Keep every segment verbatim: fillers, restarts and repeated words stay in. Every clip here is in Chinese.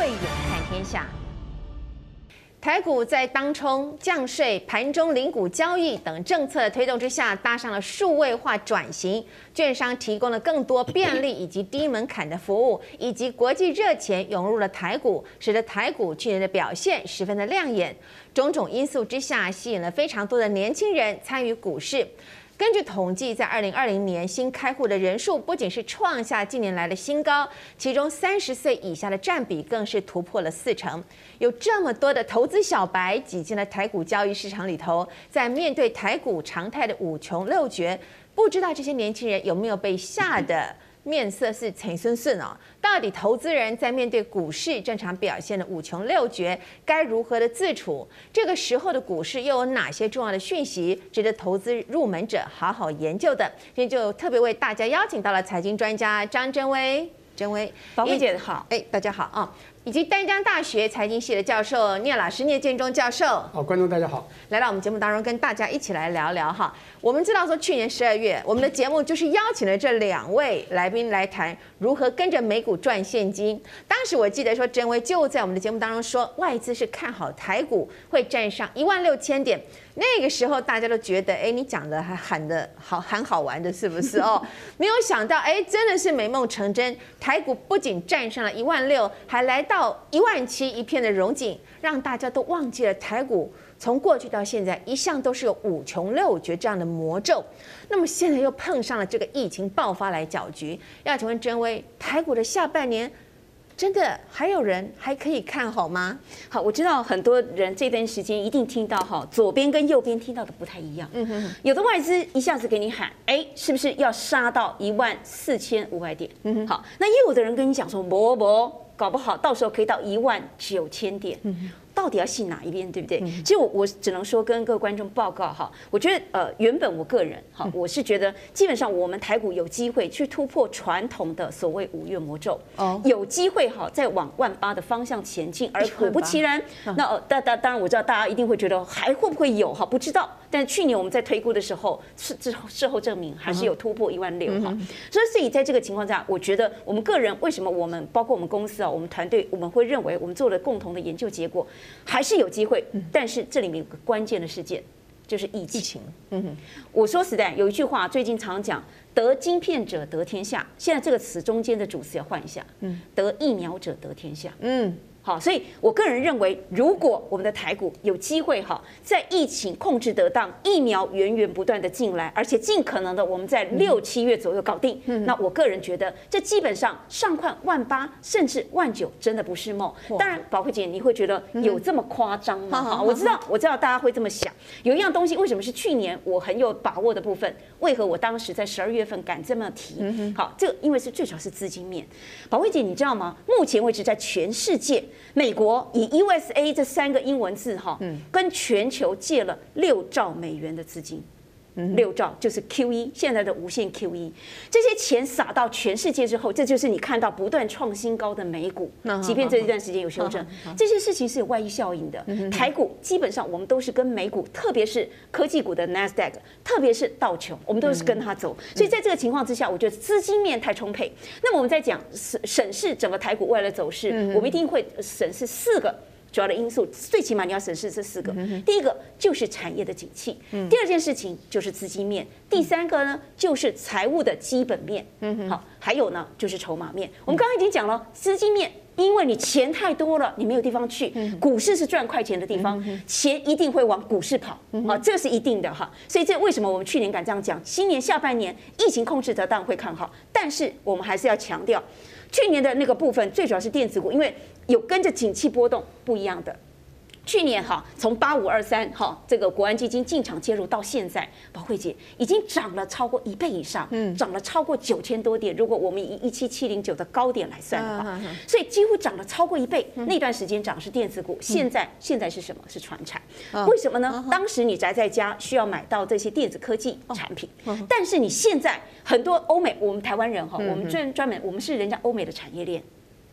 慧眼看天下。台股在当冲、降税、盘中零股交易等政策的推动之下，搭上了数位化转型，券商提供了更多便利以及低门槛的服务，以及国际热钱涌入了台股，使得台股去年的表现十分的亮眼。种种因素之下，吸引了非常多的年轻人参与股市。根据统计，在二零二零年新开户的人数不仅是创下近年来的新高，其中三十岁以下的占比更是突破了四成。有这么多的投资小白挤进了台股交易市场里头，在面对台股常态的五穷六绝，不知道这些年轻人有没有被吓得面色是陈顺顺哦？到底投资人在面对股市正常表现的五穷六绝，该如何的自处？这个时候的股市又有哪些重要的讯息值得投资入门者好好研究的？今天就特别为大家邀请到了财经专家张真薇，真薇， 宝慧姐好， 哎，大家好啊！以及淡江大学财经系的教授聂老师聂建中教授， 好，观众大家好， 来到我们节目当中跟大家一起来聊聊哈。我们知道说去年十二月，我们的节目就是邀请了这两位来宾来谈如何跟着美股赚现金。当时我记得说，真薇就在我们的节目当中说，外资是看好台股会站上一万六千点。那个时候大家都觉得，哎，你讲的还喊的好，喊好玩的，是不是哦？没有想到，哎，真的是美梦成真，台股不仅站上了一万六，还来到一万七，一片的荣景，让大家都忘记了台股从过去到现在一向都是有五穷六绝这样的魔咒。那么现在又碰上了这个疫情爆发来搅局，要请问真薇，台股的下半年真的还有人还可以看好吗？ 好，我知道很多人这段时间一定听到哈，左边跟右边听到的不太一样。嗯哼，有的外资一下子给你喊，哎，是不是要杀到一万四千五百点？嗯哼，好，那也有的人跟你讲说，不不，搞不好到时候可以到一万九千点。嗯，到底要信哪一边，对不对？嗯、其实我我只能说跟各位观众报告哈，我觉得呃原本我个人哈，我是觉得基本上我们台股有机会去突破传统的所谓五月魔咒，哦，有机会哈再往万八的方向前进，而果不其然，那呃当当当然我知道大家一定会觉得还会不会有哈，不知道。但去年我们在推估的时候，事之后事后证明还是有突破一万六哈，所以所以在这个情况下，我觉得我们个人为什么我们包括我们公司啊，我们团队我们会认为我们做了共同的研究结果。还是有机会，但是这里面有个关键的事件，就是疫情。疫情，嗯哼，我说实在，有一句话最近常讲，得晶片者得天下。现在这个词中间的主词要换一下，嗯，得疫苗者得天下。嗯。好，所以我个人认为，如果我们的台股有机会哈，在疫情控制得当，疫苗源源不断的进来，而且尽可能的我们在六七月左右搞定，嗯、那我个人觉得，这基本上上看万八甚至万九，真的不是梦。当然，宝慧姐你会觉得有这么夸张吗？哈、嗯，我知道，我知道大家会这么想。有一样东西，为什么是去年我很有把握的部分？为何我当时在十二月份敢这么提？嗯、好，这个因为是最少是资金面。宝慧姐，你知道吗？目前为止，在全世界。美国以 U S A 这三个英文字哈，跟全球借了六兆美元的资金，六兆就是 Q E 现在的无限 Q E， 这些钱撒到全世界之后，这就是你看到不断创新高的美股，即便这一段时间有修正，这些事情是有外溢效应的。台股基本上我们都是跟美股，特别是科技股的 Nasdaq， 特别是道琼，我们都是跟它走。所以在这个情况之下，我觉得资金面太充沛。那么我们在讲审视整个台股未来的走势，我们一定会审视四个。主要的因素，最起码你要审视这四个。第一个就是产业的景气，第二件事情就是资金面，第三个呢就是财务的基本面。好，还有呢就是筹码面。我们刚刚已经讲了，资金面，因为你钱太多了，你没有地方去，股市是赚快钱的地方，钱一定会往股市跑，啊，这是一定的哈。所以这为什么我们去年敢这样讲？今年下半年疫情控制得当会看好，但是我们还是要强调。去年的那个部分最主要是电子股，因为有跟着景气波动不一样的。去年哈，从八五二三哈这个国安基金进场介入到现在，宝慧姐已经涨了超过一倍以上，嗯，涨了超过九千多点。如果我们以一七七零九的高点来算的话，嗯、所以几乎涨了超过一倍。嗯、那段时间涨是电子股，现在、嗯、现在是什么？是传产。嗯、为什么呢？嗯、当时你宅在家需要买到这些电子科技产品，嗯、但是你现在很多欧美，我们台湾人哈，我们专专门我们是人家欧美的产业链，好。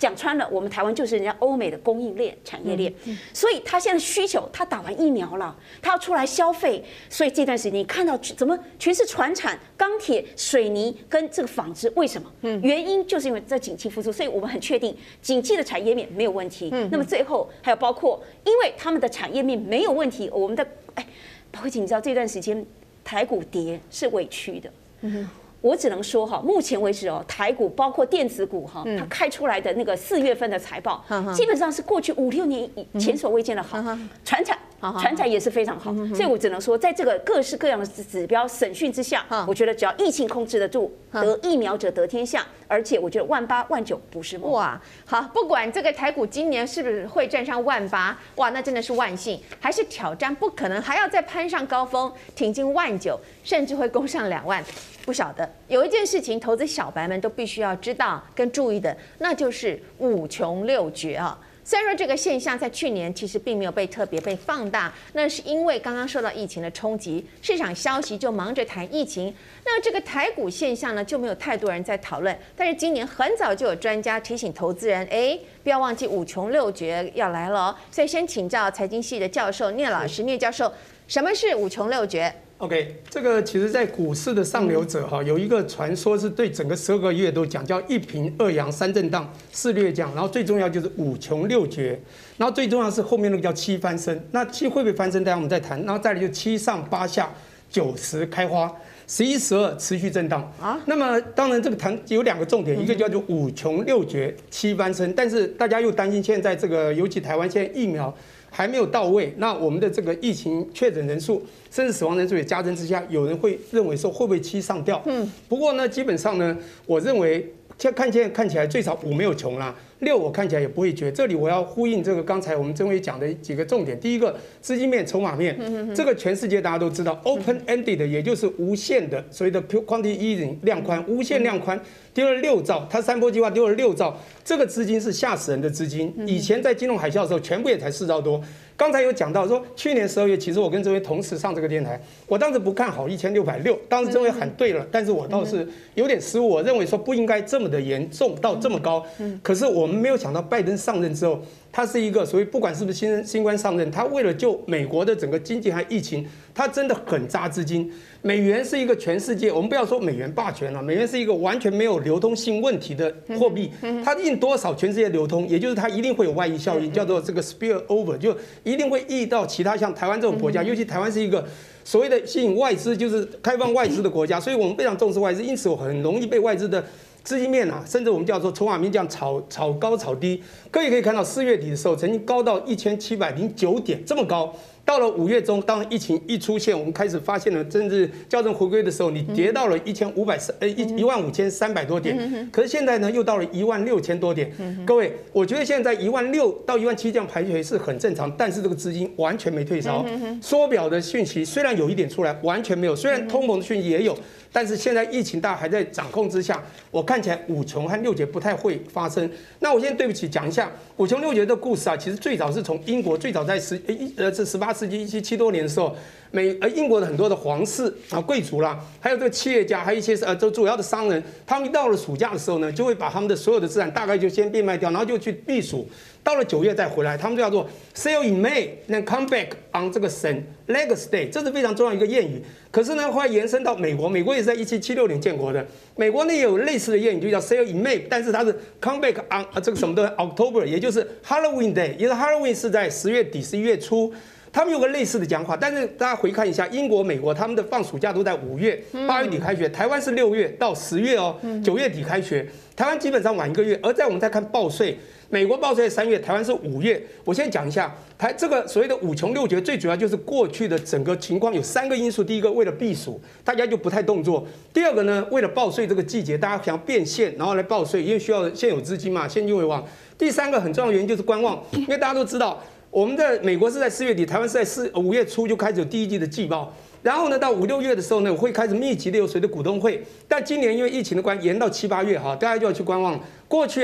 讲穿了，我们台湾就是人家欧美的供应链、产业链，所以他现在需求，他打完疫苗了，他要出来消费，所以这段时间你看到怎么全是传产、钢铁、水泥跟这个纺织，为什么？原因就是因为在景气复苏，所以我们很确定景气的产业面没有问题。那么最后还有包括，因为他们的产业面没有问题，我们的哎，宝慧姐，你知道这段时间台股跌是委屈的。我只能说哈，目前为止哦，台股包括电子股哈，它开出来的那个四月份的财报，基本上是过去五六年以前所未见的好，传产。传产也是非常好，所以我只能说，在这个各式各样的指标审讯之下，我觉得只要疫情控制得住，得疫苗者得天下，而且我觉得万八万九不是梦。 哇，好，不管这个台股今年是不是会站上万八，哇，那真的是万幸，还是挑战不可能，还要再攀上高峰，挺进万九，甚至会攻上两万。不晓得有一件事情，投资小白们都必须要知道跟注意的，那就是五穷六绝啊。虽然说这个现象在去年其实并没有被特别被放大，那是因为刚刚受到疫情的冲击，市场消息就忙着谈疫情，那这个台股现象呢就没有太多人在讨论。但是今年很早就有专家提醒投资人，哎，不要忘记五穷六绝要来了哦。所以先请教财经系的教授聂老师，聂教授，什么是五穷六绝 ？OK， 这个其实，在股市的上流者哈，有一个传说是对整个十二个月都讲，叫一平二阳三震荡四略降，然后最重要就是五穷六绝，然后最重要是后面那个叫七翻身。那七会不会翻身？待会我们再谈。然后再来就七上八下九十开花，十一十二持续震荡啊。那么当然这个谈有两个重点，一个叫做五穷六绝七翻身，但是大家又担心现在这个，尤其台湾现在疫苗还没有到位，那我们的这个疫情确诊人数甚至死亡人数也加增之下，有人会认为说会不会七上吊？嗯，不过呢，基本上呢，我认为现在看现在看起来最少五没有穷啦，六我看起来也不会绝。这里我要呼应这个刚才我们曾伟讲的几个重点，第一个资金面、筹码面，这个全世界大家都知道 ，open ended 也就是无限的，所谓的 quantity easing 量宽，无限量宽。丢了六兆，它三波计划丢了六兆，这个资金是吓死人的资金。以前在金融海啸的时候，全部也才四兆多。刚才有讲到说，去年十二月，其实我跟这位同事上这个电台，我当时不看好一千六百六，当时这位喊对了，但是我倒是有点失误，我认为说不应该这么的严重到这么高。可是我们没有想到拜登上任之后，他是一个所谓不管是不是新新冠上任，他为了救美国的整个经济和疫情，他真的很扎资金。美元是一个全世界，我们不要说美元霸权了，美元是一个完全没有流通性问题的货币，它印多少全世界流通，也就是它一定会有外溢效应，叫做这个 spill over， 就一定会溢到其他像台湾这种国家，尤其台湾是一个所谓的吸引外资，就是开放外资的国家，所以我们非常重视外资，因此我很容易被外资的资金面啊，甚至我们叫做筹码面这样炒炒高炒低。各位可以看到，四月底的时候曾经高到一千七百零九点，这么高。到了五月中，当疫情一出现，我们开始发现了，甚至校正回归的时候，你跌到了一千五百呃一一万五千三百多点。可是现在呢，又到了一万六千多点。各位，我觉得现在一万六到一万七这样排序是很正常，但是这个资金完全没退烧。缩表的讯息虽然有一点出来，完全没有。虽然通膨的讯息也有，但是现在疫情大还在掌控之下，我看起来五穷和六绝不太会发生。那我现在对不起讲一下五穷六绝的故事啊，其实最早是从英国，最早在十呃是十八世纪一七七多年的时候，美呃英国的很多的皇室啊贵族啦，还有这个企业家，还有一些呃主要的商人，他们一到了暑假的时候呢，就会把他们的所有的资产大概就先变卖掉，然后就去避暑。到了九月再回来，他们就叫做 sell in May， then come back on 这个 Saint Legs Day， 这是非常重要一个谚语。可是呢，后来延伸到美国，美国也是在一七七六年建国的，美国呢也有类似的谚语，就叫 sell in May， 但是它是 come back on 这个什么的 October， 也就是 Halloween Day， 也是 Halloween 是在十月底十一月初。他们有个类似的讲法，但是大家回看一下，英国、美国他们的放暑假都在五月、八月底开学，台湾是六月到十月哦，九月底开学，台湾基本上晚一个月。而在我们再看报税，美国报税三月，台湾是五月。我先讲一下，台这个所谓的五穷六绝，最主要就是过去的整个情况有三个因素：第一个，为了避暑，大家就不太动作；第二个呢，为了报税这个季节，大家想要变现，然后来报税，因为需要现有资金嘛，现金为王；第三个很重要的原因就是观望，因为大家都知道。我们的美国是在四月底，台湾是在四五月初就开始有第一季的季报，然后呢，到五六月的时候呢，会开始密集的有谁的股东会。但今年因为疫情的关系，延到七八月哈，大家就要去观望。过去啊，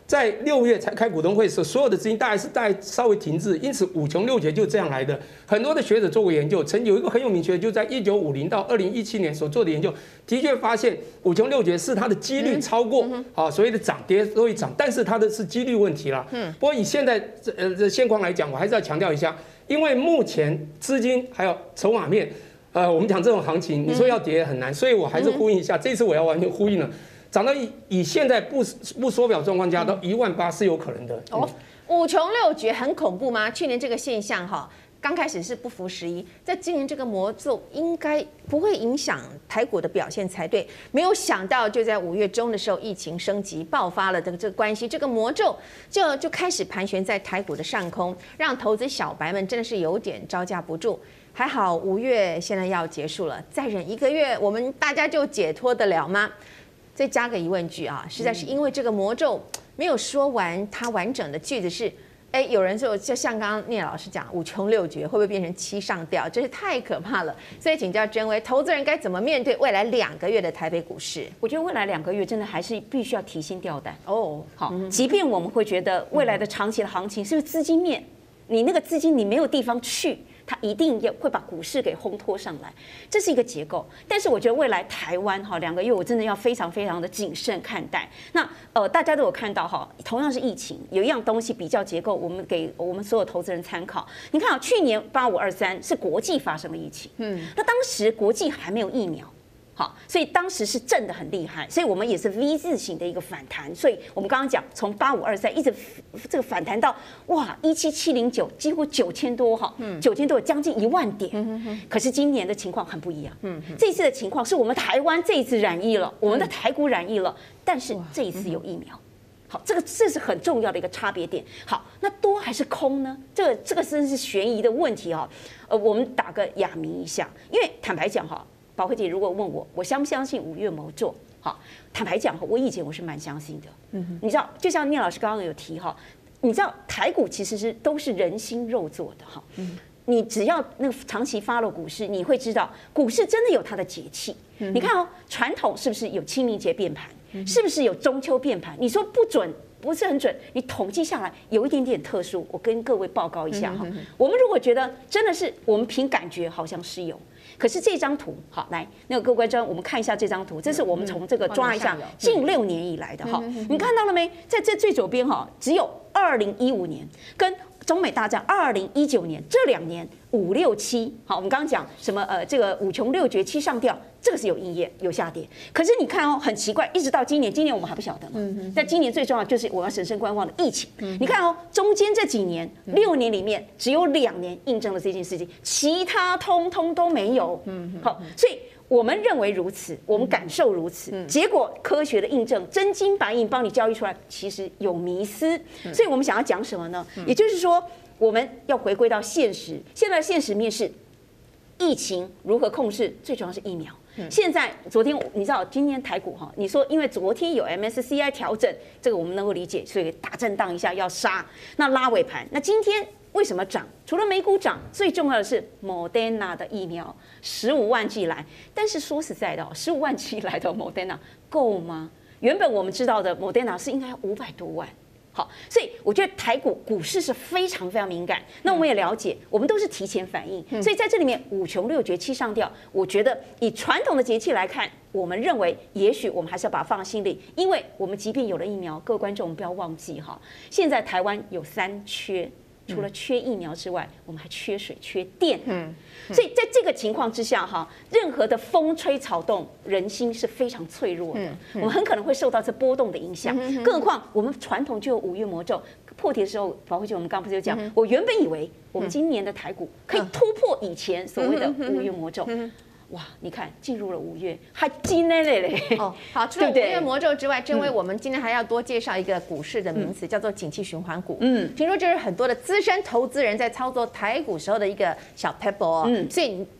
在六月才开股东会的时候，所有的资金大概是大概稍微停滞，因此五穷六绝就这样来的。很多的学者做过研究，曾有一个很有名学者就在一九五零到二零一七年所做的研究，的确发现五穷六绝是它的几率超过啊所谓的涨跌都会涨，但是它的是几率问题啦。嗯，不过以现在呃这现况来讲，我还是要强调一下，因为目前资金还有筹码面，呃，我们讲这种行情，你说要跌很难，所以我还是呼应一下，这次我要完全呼应了。涨到以以现在不不缩表状况下到一万八是有可能的。 哦，五穷六绝很恐怖吗？去年这个现象哈，刚开始是不符时宜，在今年这个魔咒应该不会影响台股的表现才对。没有想到就在五月中的时候，疫情升级爆发了的这个关系，这个魔咒就就开始盘旋在台股的上空，让投资小白们真的是有点招架不住。还好五月现在要结束了，再忍一个月，我们大家就解脱得了吗？再加个疑问句啊，实在是因为这个魔咒没有说完，它完整的句子是，哎，有人说就像刚刚聂老师讲，五穷六绝会不会变成七上吊？真是太可怕了。所以请教甄薇，投资人该怎么面对未来两个月的台北股市？ 我觉得未来两个月真的还是必须要提心吊胆哦。 好，即便我们会觉得未来的长期的行情是不是资金面，你那个资金你没有地方去。它一定要会把股市给烘托上来，这是一个结构。但是我觉得未来台湾哈两个月，我真的要非常非常的谨慎看待。那呃，大家都有看到哈，同样是疫情，有一样东西比较结构，我们给我们所有投资人参考。你看啊，去年八五二三是国际发生的疫情，嗯，那当时国际还没有疫苗。好，所以当时是震得很厉害，所以我们也是 V 字形的一个反弹。所以我们刚刚讲，从八五二三一直这个反弹到哇一七七零九，几乎九千多哈，九千多将近一万点。可是今年的情况很不一样。这一次的情况是我们台湾这一次染疫了，我们的台股染疫了，但是这一次有疫苗。好，这个这是很重要的一个差别点。好，那多还是空呢？这个这个真是悬疑的问题哈。呃，我们打个哑谜一下，因为坦白讲哈。宝慧姐，如果问我，我相不相信五月魔咒？好，坦白讲，我以前我是蛮相信的。嗯，你知道，就像聂老师刚刚有提哈，你知道台股其实是都是人心肉做的哈。嗯，你只要那个长期 follow 股市，你会知道股市真的有它的节气。嗯，你看哦，传统是不是有清明节变盘？是不是有中秋变盘？你说不准？不是很准，你统计下来有一点点特殊。我跟各位报告一下哈，我们如果觉得真的是我们凭感觉好像是有，可是这张图好来，那个各位观众，我们看一下这张图，这是我们从这个抓一下近六年以来的哈，你看到了没？在这最左边哈，只有二零一五年跟中美大战二零一九年这两年五六七，好，我们刚刚讲什么呃，这个五穷六绝七上吊，这个是有应验有下跌。可是你看哦，很奇怪，一直到今年，今年我们还不晓得嘛。但今年最重要就是我要审慎观望的疫情。你看哦，中间这几年六年里面只有两年印证了这件事情，其他通通都没有。好，所以。我们认为如此，我们感受如此，结果科学的印证，真金白银帮你交易出来，其实有迷思。所以我们想要讲什么呢？也就是说，我们要回归到现实。现在现实面是疫情如何控制，最重要是疫苗。现在昨天你知道今天台股哈，你说因为昨天有 M S C I 调整，这个我们能够理解，所以大震荡一下要杀，那拉尾盘，那今天。为什么涨？除了美股涨，最重要的是 Moderna 的疫苗十五万剂来。但是说实在的，十五万剂来的 Moderna 够吗？原本我们知道的 Moderna 是应该五百多万。好，所以我觉得台股股市是非常非常敏感。那我们也了解，我们都是提前反应，所以在这里面五穷六绝七上吊，我觉得以传统的节气来看，我们认为也许我们还是要把它放在心里，因为我们即便有了疫苗，各位观众我们不要忘记哈，现在台湾有三缺。除了缺疫苗之外，我们还缺水、缺电。嗯，所以在这个情况之下，哈，任何的风吹草动，人心是非常脆弱的。我们很可能会受到这波动的影响。更何况我们传统就有五月魔咒破题的时候，宝慧姐我们刚不是有讲，我原本以为我们今年的台股可以突破以前所谓的五月魔咒。哇，你看进入了五月，还惊嘞嘞嘞！ 哦，好，除了五月魔咒之外，甄薇，我们今天还要多介绍一个股市的名词，叫做景气循环股。嗯，听说这是很多的资深投资人在操作台股时候的一个小 pebble 哦。嗯，所以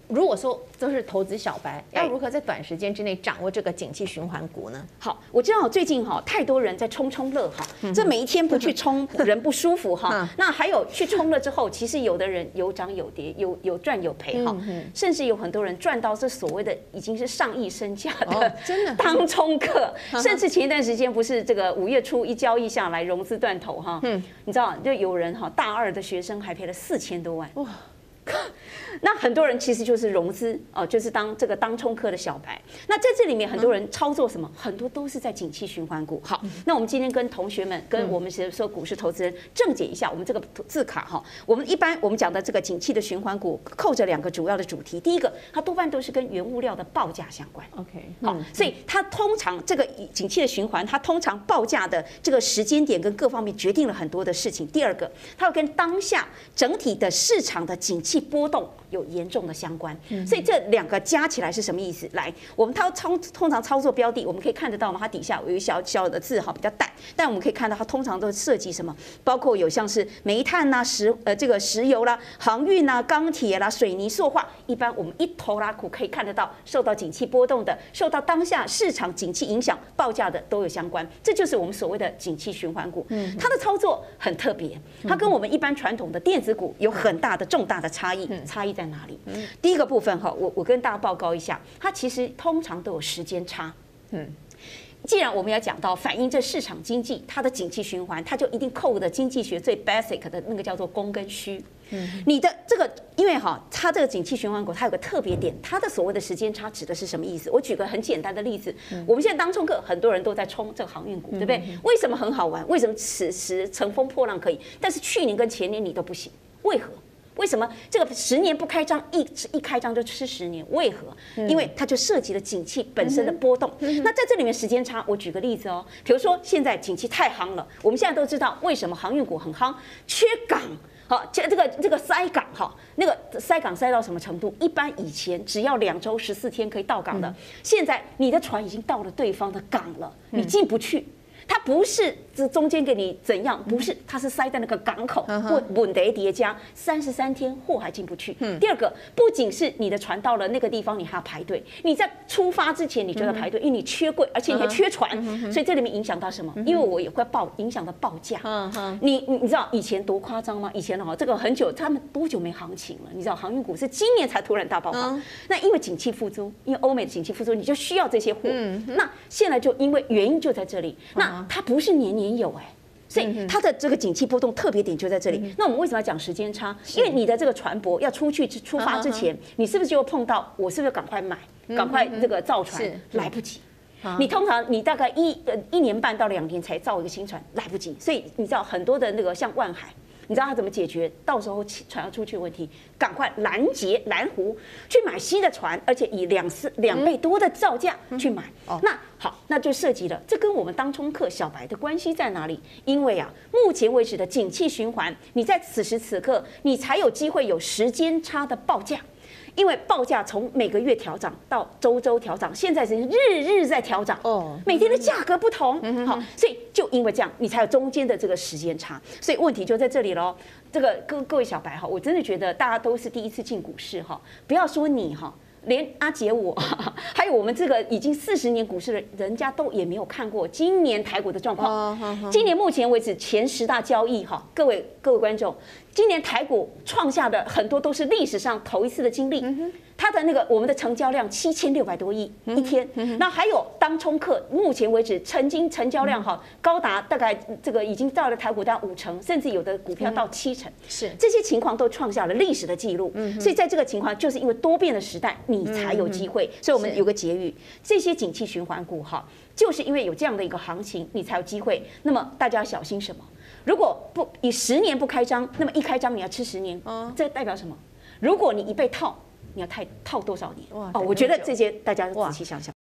如果说都是投资小白， 哎要如何在短时间之内掌握这个景气循环股呢？ 好，我知道最近哈太多人在冲冲乐哈，这每一天不去冲人不舒服哈。那还有去冲了之后，其实有的人有涨有跌，有有赚有赔哈，甚至有很多人赚到这所谓的已经是上亿身价的， 真的当冲客，甚至前一段时间不是这个五月初一交易下来融资断头哈，你知道就有人哈大二的学生还赔了四千多万哇。那很多人其实就是融资哦，就是当这个当冲客的小白。那在这里面，很多人操作什么？很多都是在景气循环股。好，那我们今天跟同学们、跟我们所有股市投资人正解一下我们这个字卡哈。我们一般我们讲的这个景气的循环股，扣着两个主要的主题。第一个，它多半都是跟原物料的报价相关。 OK， 好，所以它通常这个景气的循环，它通常报价的这个时间点跟各方面决定了很多的事情。第二个，它会跟当下整体的市场的景气波动有严重的相关，所以这两个加起来是什么意思？来，我们它通通常操作标的，我们可以看得到吗？它底下有一小小的字哈，比较淡，但我们可以看到它通常都涉及什么？包括有像是煤炭呐、石呃这个石油啦、航运啦、钢铁啦、水泥、塑化，一般我们一头拉苦可以看得到，受到景气波动的，受到当下市场景气影响报价的都有相关，这就是我们所谓的景气循环股。它的操作很特别，它跟我们一般传统的电子股有很大的重大的差异，差异在哪里？第一个部分哈，我我跟大家报告一下，它其实通常都有时间差。嗯，既然我们要讲到反映这市场经济它的景气循环，它就一定扣的经济学最 basic 的那个叫做供跟需。嗯，你的这个，因为哈，它这个景气循环股它有个特别点，它的所谓的时间差指的是什么意思？我举个很简单的例子，我们现在当冲客很多人都在冲这个航运股，对不对？为什么很好玩？为什么此时乘风破浪可以，但是去年跟前年你都不行？为何？为什么这个十年不开张，一一开张就吃十年？为何？因为它就涉及了景气本身的波动。那在这里面时间差，我举个例子哦，比如说现在景气太夯了，我们现在都知道为什么航运股很夯，缺港。好，这这个这个塞港哈，那个塞港塞到什么程度？一般以前只要两周十四天可以到港的，现在你的船已经到了对方的港了，你进不去。它不是这中间给你怎样，不是，它是塞在那个港口或稳得叠加，三十三天货还进不去。第二个，不仅是你的船到了那个地方，你还要排队，你在出发之前你就要排队，因为你缺柜，而且你还缺船，所以这里面影响到什么？因为我也会报影响到报价。你你你知道以前多夸张吗？以前哈这个很久，他们多久没行情了？你知道航运股是今年才突然大爆发，那因为景气复苏，因为欧美的景气复苏，你就需要这些货。那现在就因为原因就在这里，那它不是年年有哎、欸，所以它的这个景气波动特别点就在这里。那我们为什么要讲时间差？因为你的这个船舶要出去出发之前，你是不是就碰到我是不是赶快买，赶快这个造船？来不及。你通常你大概一呃一年半到两年才造一个新船，来不及。所以你知道很多的那个像万海。你知道他怎么解决？到时候船要出去的问题，赶快拦截拦湖去买新的船，而且以两四两倍多的造价去买。那好，那就涉及了，这跟我们当冲客小白的关系在哪里？因为啊，目前为止的景气循环，你在此时此刻，你才有机会有时间差的报价。因为报价从每个月调涨到周周调涨，现在是日日在调涨哦，每天的价格不同，好，所以就因为这样，你才有中间的这个时间差，所以问题就在这里喽。这个各各位小白哈，我真的觉得大家都是第一次进股市哈，不要说你哈。连阿杰我，还有我们这个已经四十年股市的人家都也没有看过今年台股的状况。今年目前为止前十大交易哈，各位各位观众，今年台股创下的很多都是历史上头一次的经历。它的那个我们的成交量七千六百多亿一天，那还有当冲客，目前为止曾经成交量哈高达大概这个已经到了台股到五成，甚至有的股票到七成，是这些情况都创下了历史的记录。所以在这个情况，就是因为多变的时代，你才有机会。所以我们有个结语，这些景气循环股哈，就是因为有这样的一个行情，你才有机会。那么大家要小心什么？如果不以十年不开张，那么一开张你要吃十年，这代表什么？如果你一被套，你要套套多少年？哦，我觉得这些大家仔细想想。